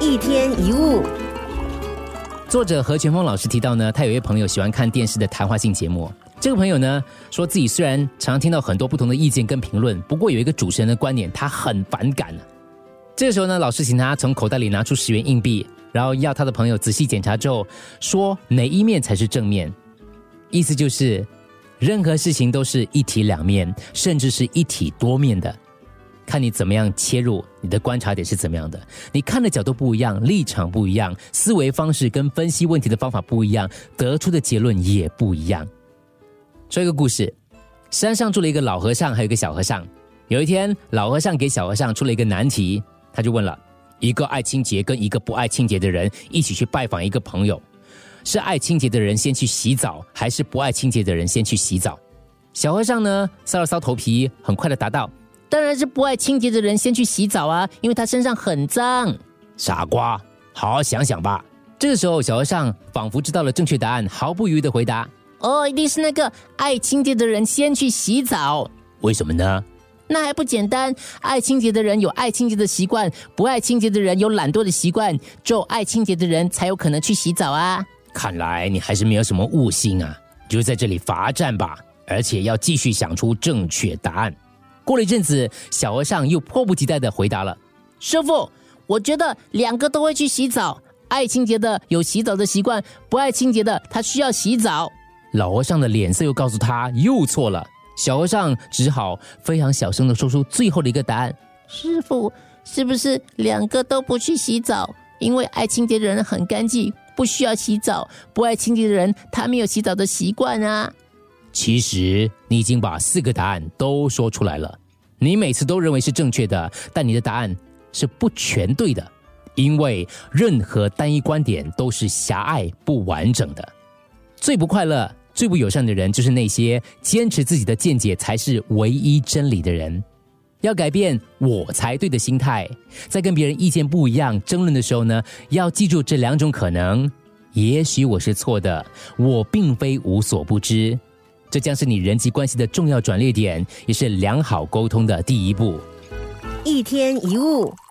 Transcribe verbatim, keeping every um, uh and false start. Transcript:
一天一物。 作者何全峰老师提到呢，他有一位朋友喜欢看电视的谈话性节目。这个朋友呢，说自己虽然常常听到很多不同的意见跟评论，不过有一个主持人的观点他很反感。这个时候呢，老师请他从口袋里拿出十元硬币，然后要他的朋友仔细检查之后，说哪一面才是正面。意思就是任何事情都是一体两面，甚至是一体多面的，看你怎么样切入，你的观察点是怎么样的，你看的角度不一样，立场不一样，思维方式跟分析问题的方法不一样，得出的结论也不一样。说一个故事，山上住了一个老和尚还有一个小和尚。有一天，老和尚给小和尚出了一个难题，他就问了，一个爱清洁跟一个不爱清洁的人一起去拜访一个朋友，是爱清洁的人先去洗澡，还是不爱清洁的人先去洗澡？小和尚呢，搔了搔头皮，很快的答道，当然是不爱清洁的人先去洗澡啊，因为他身上很脏。傻瓜，好好想想吧。这个时候，小和尚仿佛知道了正确答案，毫不犹豫的回答，哦，一定是那个爱清洁的人先去洗澡。为什么呢？那还不简单，爱清洁的人有爱清洁的习惯，不爱清洁的人有懒惰的习惯，只有爱清洁的人才有可能去洗澡啊。看来你还是没有什么悟性啊，就在这里罚站吧，而且要继续想出正确答案。过了一阵子，小和尚又迫不及待地回答了，师父，我觉得两个都会去洗澡，爱清洁的有洗澡的习惯，不爱清洁的他需要洗澡。老和尚的脸色又告诉他又错了，小和尚只好非常小声地说出最后的一个答案，师父，是不是两个都不去洗澡？因为爱清洁的人很干净，不需要洗澡，不爱清洁的人他没有洗澡的习惯啊。其实你已经把四个答案都说出来了，你每次都认为是正确的，但你的答案是不全对的，因为任何单一观点都是狭隘不完整的。最不快乐最不友善的人，就是那些坚持自己的见解才是唯一真理的人。要改变我才对的心态，在跟别人意见不一样争论的时候呢，要记住这两种可能，也许我是错的，我并非无所不知。这将是你人际关系的重要转捩点，也是良好沟通的第一步。 一天一物。